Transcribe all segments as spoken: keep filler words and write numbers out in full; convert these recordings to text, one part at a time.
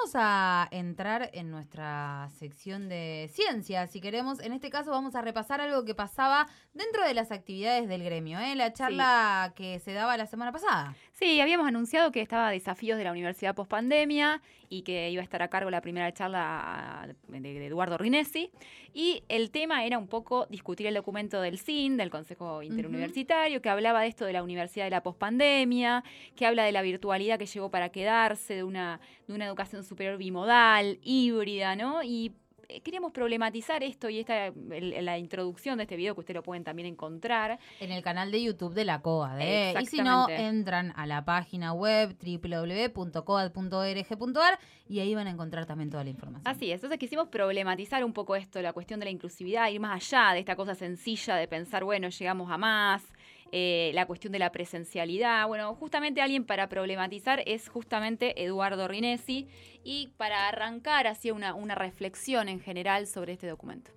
vamos a entrar en nuestra sección de ciencia, si queremos. En este caso vamos a repasar algo que pasaba dentro de las actividades del gremio, ¿eh? La charla sí. que se daba la semana pasada. Sí, habíamos anunciado que estaba Desafíos de la Universidad Pospandemia y que iba a estar a cargo la primera charla de, de Eduardo Rinesi. Y el tema era un poco discutir el documento del C I N, del Consejo Interuniversitario, uh-huh. que hablaba de esto de la Universidad de la Pospandemia, que habla de la virtualidad que llegó para quedarse, de una, de una educación superior bimodal, híbrida, ¿no? Y queríamos problematizar esto y esta el, la introducción de este video, que ustedes lo pueden también encontrar en el canal de YouTube de la COAD, ¿eh? Y si no, entran a la página web doble u doble u doble u punto coad punto org punto a r y ahí van a encontrar también toda la información. Así es, entonces quisimos problematizar un poco esto, la cuestión de la inclusividad, ir más allá de esta cosa sencilla de pensar, bueno, llegamos a más. Eh, la cuestión de la presencialidad. Bueno, justamente alguien para problematizar es justamente Eduardo Rinesi, y para arrancar hacia una, una reflexión en general sobre este documento.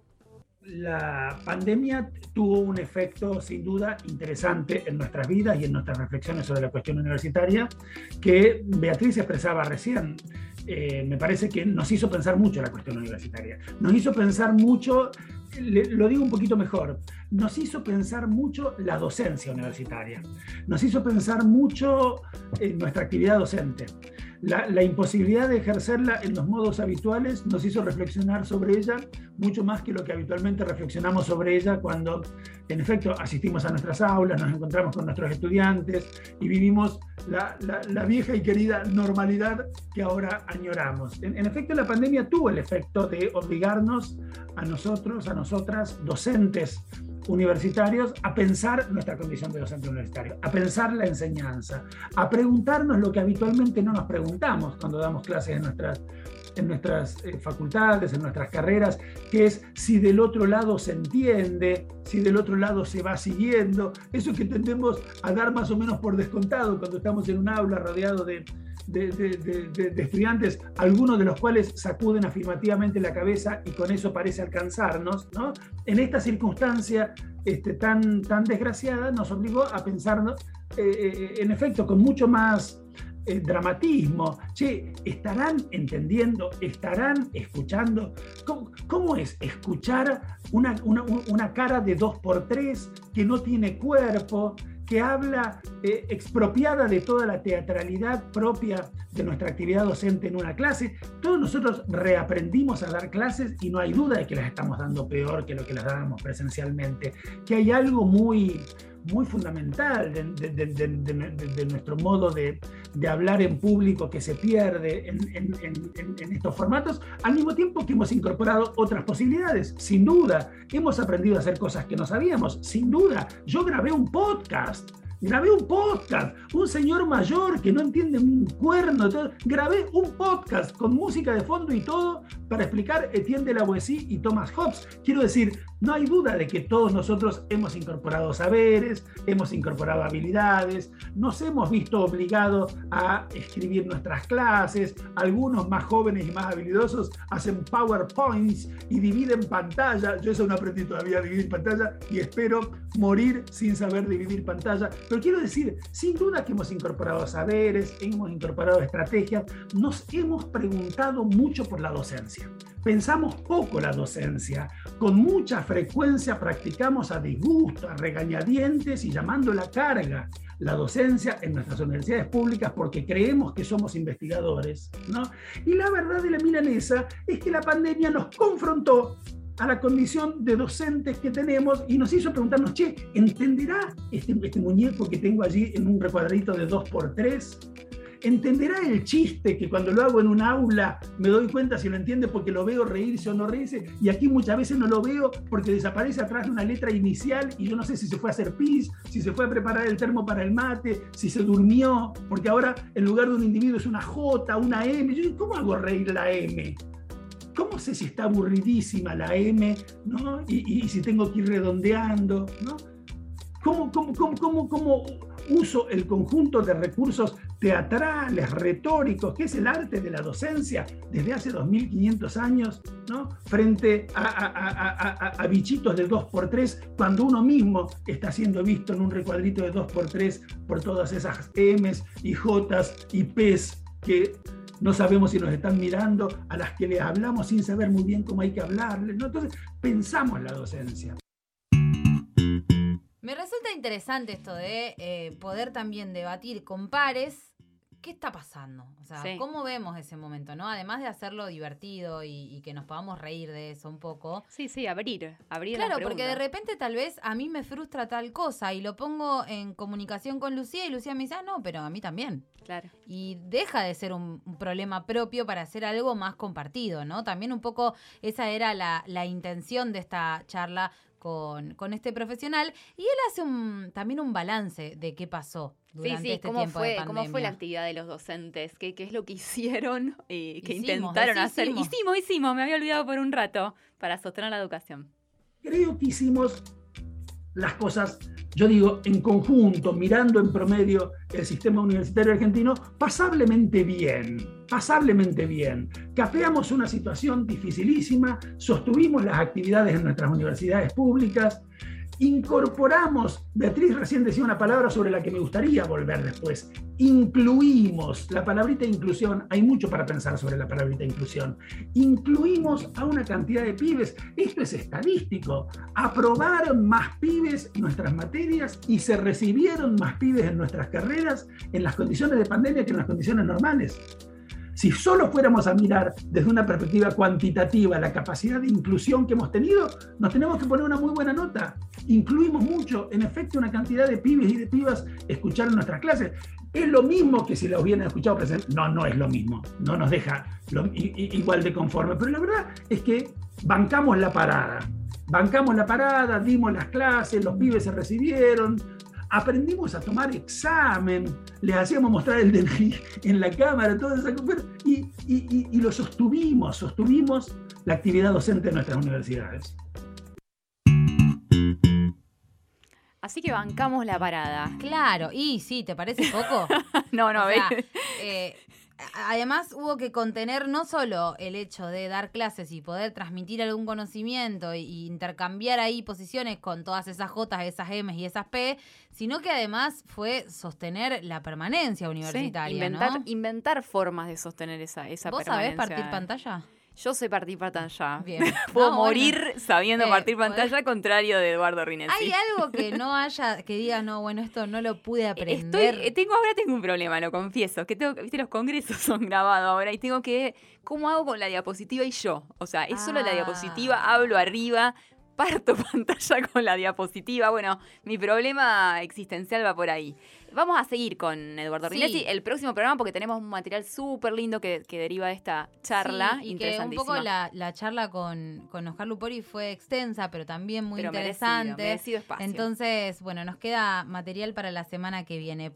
La pandemia tuvo un efecto sin duda interesante en nuestras vidas y en nuestras reflexiones sobre la cuestión universitaria, que Beatriz expresaba recién. Eh, me parece que nos hizo pensar mucho la cuestión universitaria. Nos hizo pensar mucho, le, lo digo un poquito mejor, nos hizo pensar mucho la docencia universitaria. Nos hizo pensar mucho en nuestra actividad docente. La, la imposibilidad de ejercerla en los modos habituales nos hizo reflexionar sobre ella mucho más que lo que habitualmente reflexionamos sobre ella cuando, en efecto, asistimos a nuestras aulas, nos encontramos con nuestros estudiantes y vivimos la, la, la vieja y querida normalidad que ahora añoramos. En, en efecto, la pandemia tuvo el efecto de obligarnos a nosotros, a nosotras, docentes universitarios, a pensar nuestra condición de docente universitario, a pensar la enseñanza, a preguntarnos lo que habitualmente no nos preguntamos cuando damos clases en nuestras, en nuestras eh, facultades, en nuestras carreras, que es si del otro lado se entiende, si del otro lado se va siguiendo, eso que tendemos a dar más o menos por descontado cuando estamos en un aula rodeado de De, de, de, de estudiantes, algunos de los cuales sacuden afirmativamente la cabeza y con eso parece alcanzarnos, ¿no? En esta circunstancia este, tan, tan desgraciada nos obligó a pensarnos, eh, en efecto, con mucho más eh, dramatismo. Che, ¿estarán entendiendo? ¿Estarán escuchando? ¿Cómo, cómo es escuchar una, una, una cara de dos por tres que no tiene cuerpo, que habla eh, expropiada de toda la teatralidad propia de nuestra actividad docente en una clase? Todos nosotros reaprendimos a dar clases y no hay duda de que las estamos dando peor que lo que las dábamos presencialmente, que hay algo muy, muy fundamental de, de, de, de, de, de nuestro modo de, de hablar en público que se pierde en, en, en, en estos formatos, al mismo tiempo que hemos incorporado otras posibilidades, sin duda. Hemos aprendido a hacer cosas que no sabíamos, sin duda. Yo grabé un podcast. Grabé un podcast, un señor mayor que no entiende un cuerno, todo. Grabé un podcast con música de fondo y todo para explicar Etienne de la Boétie y Thomas Hobbes. Quiero decir, no hay duda de que todos nosotros hemos incorporado saberes, hemos incorporado habilidades, nos hemos visto obligados a escribir nuestras clases, algunos más jóvenes y más habilidosos hacen PowerPoints y dividen pantalla. Yo eso no aprendí todavía a dividir pantalla y espero morir sin saber dividir pantalla. Pero quiero decir, sin duda que hemos incorporado saberes, hemos incorporado estrategias, nos hemos preguntado mucho por la docencia. Pensamos poco la docencia, con mucha frecuencia practicamos a disgusto, a regañadientes y llamando la carga la docencia en nuestras universidades públicas porque creemos que somos investigadores, ¿no? Y la verdad de la milanesa es que la pandemia nos confrontó a la condición de docentes que tenemos y nos hizo preguntarnos, che, ¿entenderá este, este muñeco que tengo allí en un recuadrito de dos por tres? ¿Entenderá el chiste que cuando lo hago en un aula me doy cuenta si lo entiende porque lo veo reírse o no reírse? Y aquí muchas veces no lo veo porque desaparece atrás de una letra inicial y yo no sé si se fue a hacer pis, si se fue a preparar el termo para el mate, si se durmió, porque ahora en lugar de un individuo es una J, una M. Yo, ¿cómo hago reír la M? ¿Cómo sé si está aburridísima la M, ¿no? y, y, y si tengo que ir redondeando, ¿no? ¿Cómo, cómo, cómo, cómo, cómo uso el conjunto de recursos teatrales, retóricos, que es el arte de la docencia desde hace dos mil quinientos años, ¿no? Frente a, a, a, a, a bichitos de dos por tres, cuando uno mismo está siendo visto en un recuadrito de dos por tres por todas esas M's y J's y P's que no sabemos si nos están mirando, a las que les hablamos sin saber muy bien cómo hay que hablarles, ¿no? Entonces, pensamos la docencia. Me resulta interesante esto de eh, poder también debatir con pares qué está pasando, o sea, sí. cómo vemos ese momento, ¿no? Además de hacerlo divertido y, y que nos podamos reír de eso un poco. Sí, sí, abrir, abrir Claro, la pregunta. porque de repente tal vez a mí me frustra tal cosa y lo pongo en comunicación con Lucía y Lucía me dice, ah, no, pero a mí también. Claro. Y deja de ser un, un problema propio para hacer algo más compartido, ¿no? También un poco esa era la, la intención de esta charla con, con este profesional. Y él hace un, también un balance de qué pasó durante sí, sí, este cómo tiempo fue, de pandemia. ¿Cómo fue la actividad de los docentes? ¿Qué, qué es lo que hicieron y qué hicimos, intentaron hacer? Hicimos. hicimos, hicimos, me había olvidado por un rato, para sostener la educación. Creo que hicimos las cosas, yo digo, en conjunto, mirando en promedio el sistema universitario argentino, pasablemente bien, pasablemente bien. Capeamos una situación dificilísima, sostuvimos las actividades en nuestras universidades públicas, incorporamos, Beatriz recién decía una palabra sobre la que me gustaría volver después, incluimos, la palabrita inclusión, hay mucho para pensar sobre la palabrita inclusión, incluimos a una cantidad de pibes, esto es estadístico, aprobaron más pibes nuestras materias y se recibieron más pibes en nuestras carreras en las condiciones de pandemia que en las condiciones normales. Si solo fuéramos a mirar desde una perspectiva cuantitativa la capacidad de inclusión que hemos tenido, nos tenemos que poner una muy buena nota. Incluimos mucho, en efecto, una cantidad de pibes y de pibas escucharon nuestras clases. ¿Es lo mismo que si la hubieran escuchado presente? No, no es lo mismo. No nos deja lo, i, igual de conforme. Pero la verdad es que bancamos la parada. Bancamos la parada, dimos las clases, los pibes se recibieron, aprendimos a tomar examen, les hacíamos mostrar el D N I en la cámara, toda esa cosa, y, y, y, y lo sostuvimos, sostuvimos la actividad docente en nuestras universidades. Así que bancamos la parada. Claro, y sí, ¿te parece poco? no, no, o sea, ve. Eh, además hubo que contener no solo el hecho de dar clases y poder transmitir algún conocimiento y, y intercambiar ahí posiciones con todas esas J, esas M y esas P, sino que además fue sostener la permanencia universitaria, sí, inventar, ¿no? inventar formas de sostener esa, esa ¿Vos permanencia. sabés partir pantalla? Yo sé partir pantalla. Bien. Puedo no, morir bueno. sabiendo eh, partir pantalla, ¿podés? Contrario de Eduardo Rinesi. ¿Hay algo que no haya, que digas, no, bueno, esto no lo pude aprender? Estoy, tengo, ahora tengo un problema, lo confieso, que tengo, viste, los congresos son grabados ahora y tengo que, ¿cómo hago con la diapositiva y yo? O sea, es ah. solo la diapositiva, hablo arriba, parto pantalla con la diapositiva. Bueno, mi problema existencial va por ahí. Vamos a seguir con Eduardo sí. Rinesi el próximo programa porque tenemos un material súper lindo que, que deriva de esta charla. Sí, y interesantísima. Que un poco la, la charla con, con Oscar Lupori fue extensa, pero también muy pero interesante. Merecido, merecido espacio. Entonces, bueno, nos queda material para la semana que viene.